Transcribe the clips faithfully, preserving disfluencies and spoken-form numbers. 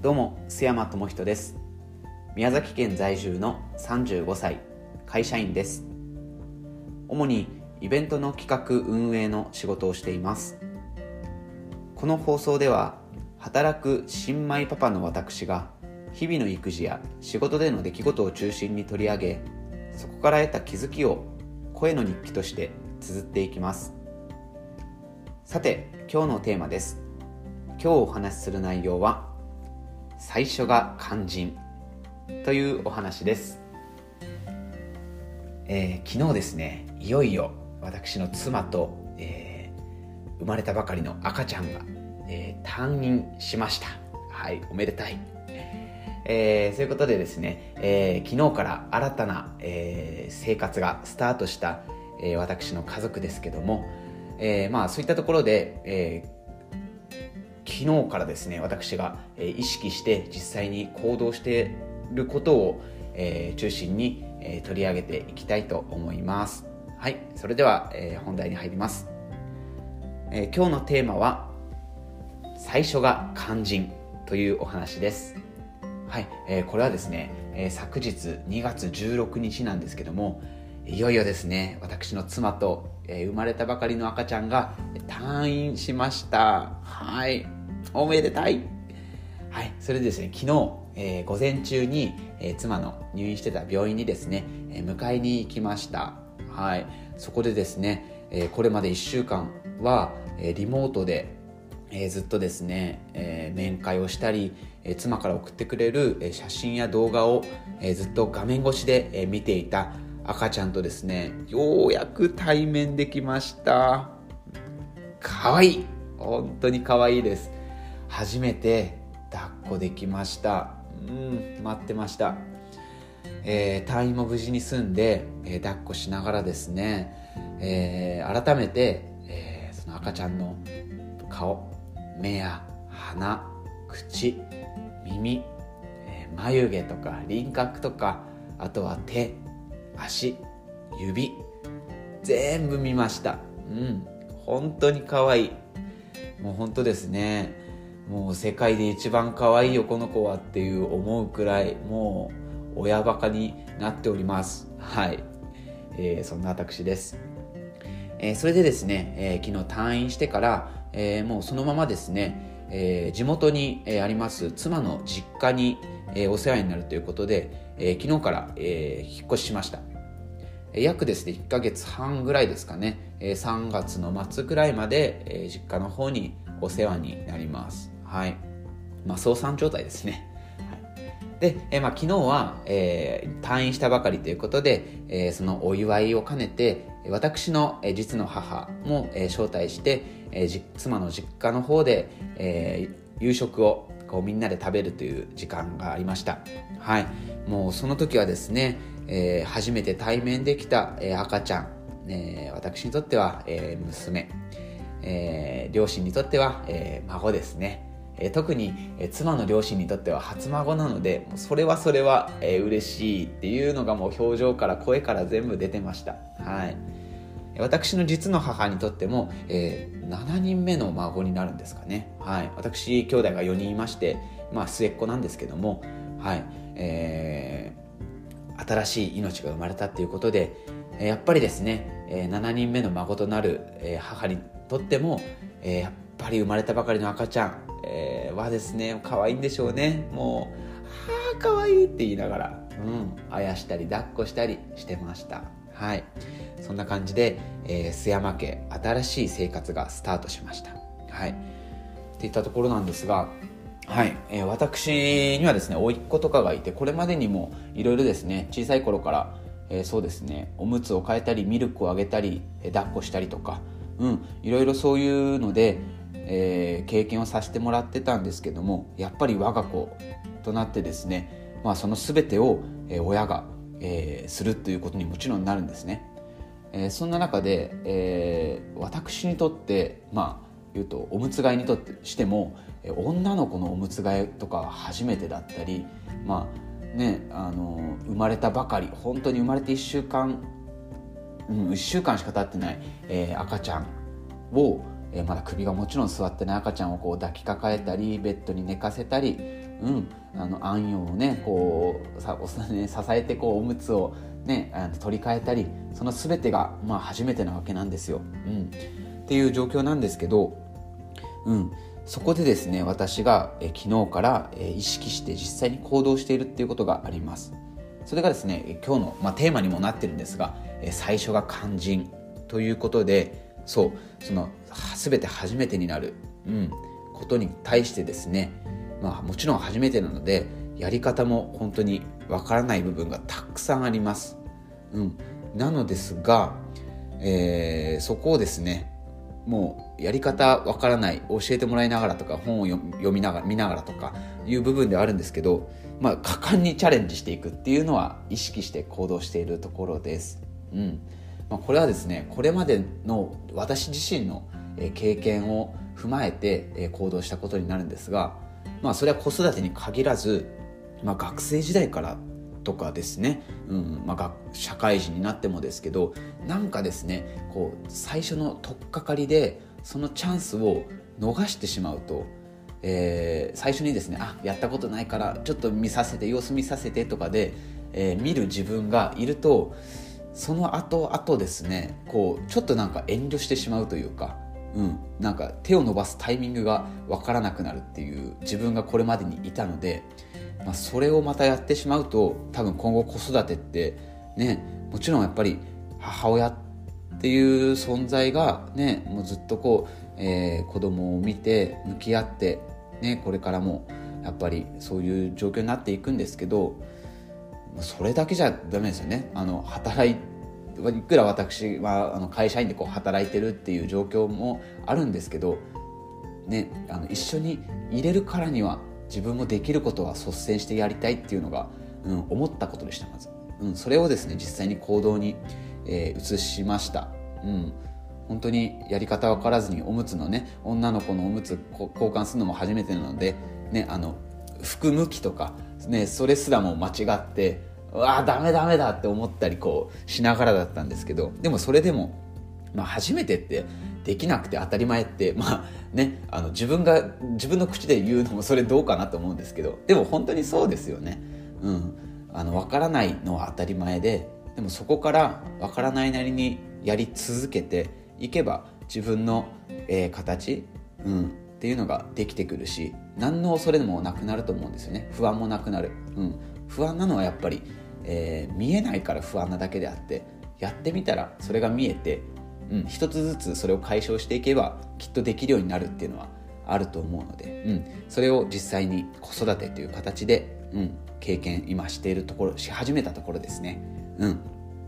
どうも須山智人です。宮崎県在住のさんじゅうごさい会社員です。主にイベントの企画運営の仕事をしています。この放送では働く新米パパの私が日々の育児や仕事での出来事を中心に取り上げ、そこから得た気づきを声の日記として綴っていきます。さて、今日のテーマです。今日お話しする内容は最初が肝心というお話です。えー、昨日ですね、いよいよ私の妻と、えー、生まれたばかりの赤ちゃんが、えー、退院しました。はい、おめでたい。えー、そういうことでですね、えー、昨日から新たな、えー、生活がスタートした、えー、私の家族ですけども、えー、まあそういったところで、えー昨日からですね、私が意識して実際に行動していることを中心に取り上げていきたいと思います。はい、それでは本題に入ります。今日のテーマは最初が肝心というお話です。はい、これはですね、昨日にがつじゅうろくにちなんですけども、いよいよですね、私の妻と生まれたばかりの赤ちゃんが退院しました。はい、おめでたい。はい、それでですね、昨日、えー、午前中に、えー、妻の入院してた病院にですね、えー、迎えに行きました。はい、そこでですね、えー、これまでいっしゅうかんは、えー、リモートで、えー、ずっとですね、えー、面会をしたり、えー、妻から送ってくれる、えー、写真や動画を、えー、ずっと画面越しで、えー、見ていた赤ちゃんとですね、ようやく対面できました。かわいい。本当にかわいいです。初めて抱っこできました。うん、待ってました。えー、退院も無事に済んで、えー、抱っこしながらですね、えー、改めて、えー、その赤ちゃんの顔、目や鼻、口、耳、えー、眉毛とか輪郭とか、あとは手、足、指、全部見ました。うん、本当に可愛い。もう本当ですね、もう世界で一番可愛いよこの子はっていう思うくらい、もう親バカになっております。はい、えー、そんな私です。えー、それでですね、えー、昨日退院してから、えー、もうそのままですね、えー、地元に、えー、あります妻の実家に、えー、お世話になるということで、えー、昨日から、えー、引っ越ししました。約ですねいっかげつはんぐらいですかね、さんがつの末くらいまで実家の方にお世話になります。はい、まあ早産状態ですね。はい、で、えまあ、昨日は、えー、退院したばかりということで、えー、そのお祝いを兼ねて私の、えー、実の母も、えー、招待して、えー、妻の実家の方で、えー、夕食をこうみんなで食べるという時間がありました。はい、もうその時はですね、えー、初めて対面できた、えー、赤ちゃん、えー、私にとっては、えー、娘、えー、両親にとっては、えー、孫ですね。えー、特に、えー、妻の両親にとっては初孫なので、それはそれは、えー、嬉しいっていうのがもう表情から声から全部出てました。はい、私の実の母にとっても、えー、しちにんめの孫になるんですかね。はい、私兄弟がよにんいまして、まあ、末っ子なんですけども、はい、えー新しい命が生まれたっていうことで、やっぱりですね、しちにんめの孫となる母にとっても、やっぱり生まれたばかりの赤ちゃんはですね、可愛いんでしょうね。もう、はぁ、可愛いって言いながら、うん、あやしたり抱っこしたりしてました。はい、そんな感じで、えー、須山家新しい生活がスタートしました。はい、っていったところなんですが、はい、えー、私にはですね甥っ子とかがいて、これまでにもいろいろですね小さい頃から、えー、そうですねおむつを変えたりミルクをあげたり、えー、抱っこしたりとか、うん、いろいろそういうので、えー、経験をさせてもらってたんですけども、やっぱり我が子となってですね、まあ、その全てを、えー、親が、えー、するということにもちろんなるんですね。えー、そんな中で、えー、私にとってまあ言うとおむつ替えにとってしても、女の子のおむつ替えとか初めてだったり、まあね、あの生まれたばかり、本当に生まれていっしゅうかん、うん、いっしゅうかんしか経ってない、えー、赤ちゃんを、 えー、まだ首がもちろん座ってない赤ちゃんをこう抱きかかえたりベッドに寝かせたり、うん、あの安養をねこうさね支えてこうおむつをねあの取り替えたり、その全てがまあ初めてなわけなんですよ、うん、っていう状況なんですけど、うん、そこでですね私がえ昨日からえ意識して実際に行動しているっていうことがあります。それがですね今日の、まあ、テーマにもなってるんですが、え最初が肝心ということで、そうその全て初めてになる、うん、ことに対してですね、まあ、もちろん初めてなのでやり方も本当にわからない部分がたくさんあります、うん、なのですが、えー、そこをですねもうやり方わからない教えてもらいながらとか本を読みながら見ながらとかいう部分ではあるんですけど、まあ、果敢にチャレンジしていくっていうのは意識して行動しているところです、うんまあ、これはですねこれまでの私自身の経験を踏まえて行動したことになるんですが、まあ、それは子育てに限らず、まあ、学生時代からとかですね、うんまあ、社会人になってもですけど、なんかですねこう最初の取っかかりでそのチャンスを逃してしまうと、えー、最初にですねあやったことないからちょっと見させて様子見させてとかで、えー、見る自分がいると、その後々ですねこうちょっとなんか遠慮してしまうというか、うん、なんか手を伸ばすタイミングが分からなくなるっていう自分がこれまでにいたので、まあ、それをまたやってしまうと多分今後子育てってね、もちろんやっぱり母親っていう存在がねもうずっとこう、えー、子供を見て向き合ってねこれからもやっぱりそういう状況になっていくんですけど、それだけじゃダメですよね。あの働いいくら私はあの会社員でこう働いてるっていう状況もあるんですけど、ね、あの一緒に入れるからには自分もできることは率先してやりたいっていうのが、うん、思ったことでしたまず、うん、それをですね実際に行動に、えー、移しました、うん、本当にやり方分からずにおむつのね女の子のおむつ交換するのも初めてなので、ね、あの服向きとか、ね、それすらも間違ってうわーダメダメだって思ったりこうしながらだったんですけど、でもそれでも、まあ、初めてってできなくて当たり前って、まあね、あの自分が自分の口で言うのもそれどうかなと思うんですけど、でも本当にそうですよね、うん、あの分からないのは当たり前で、でもそこから分からないなりにやり続けていけば自分の、えー、形、うん、っていうのができてくるし、何の恐れもなくなると思うんですよね。不安もなくなる、うん、不安なのはやっぱり、えー、見えないから不安なだけであって、やってみたらそれが見えて、うん、一つずつそれを解消していけばきっとできるようになるっていうのはあると思うので、うん、それを実際に子育てという形で、うん、経験今しているところし始めたところですね、うん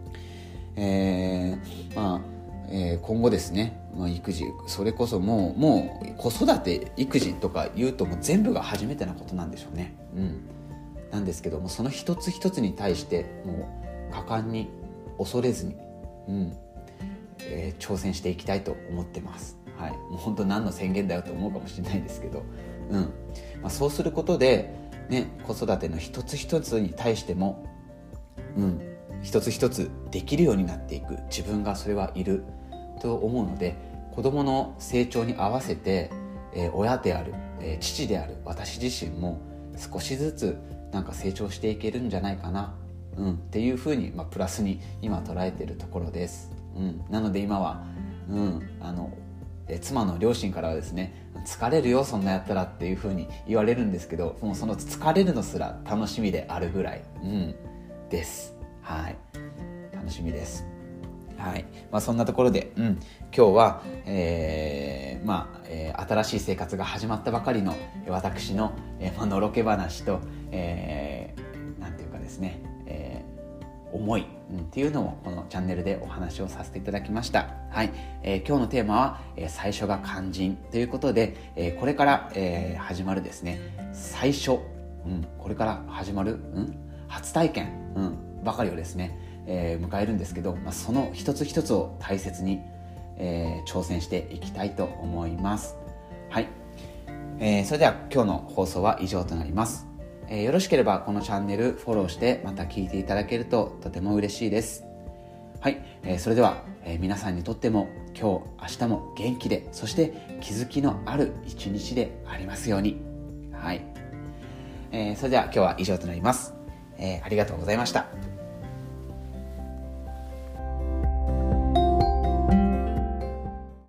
えーまあえー、今後ですね、まあ、育児それこそもう、もう子育て育児とか言うともう全部が初めてなことなんでしょうね、うん、なんですけども、その一つ一つに対してもう果敢に恐れずに、うんえー、挑戦していきたいと思ってます、はい、もう本当何の宣言だよと思うかもしれないですけど、うんまあ、そうすることで、ね、子育ての一つ一つに対しても、うん、一つ一つできるようになっていく自分がそれはいると思うので、子どもの成長に合わせて、えー、親である、えー、父である私自身も少しずつなんか成長していけるんじゃないかな、うん、っていうふうに、まあ、プラスに今捉えているところです、うん、なので今は、うん、あのえ妻の両親からはですね、疲れるよそんなやったらっていうふうに言われるんですけど、もうその疲れるのすら楽しみであるぐらい、うん、です。はい、楽しみです。はいまあ、そんなところで、うん、今日は、えーまあえー、新しい生活が始まったばかりの私の、えーまあのろけ話と、えー、なんていうかですね、えー、思い、うん、っていうのをこのチャンネルでお話をさせていただきました。はいえー、今日のテーマは、えー、最初が肝心ということで、えー、これから、えー、始まるですね最初、うん、これから始まる、うん、初体験、うん、ばかりをですねえー、迎えるんですけど、まあ、その一つ一つを大切に、えー、挑戦していきたいと思います。はい、えー、それでは今日の放送は以上となります。えー、よろしければこのチャンネルフォローしてまた聞いていただけるととても嬉しいです。はい、えー、それでは、えー、皆さんにとっても今日明日も元気で、そして気づきのある一日でありますように。はい、えー、それでは今日は以上となります。えー、ありがとうございました。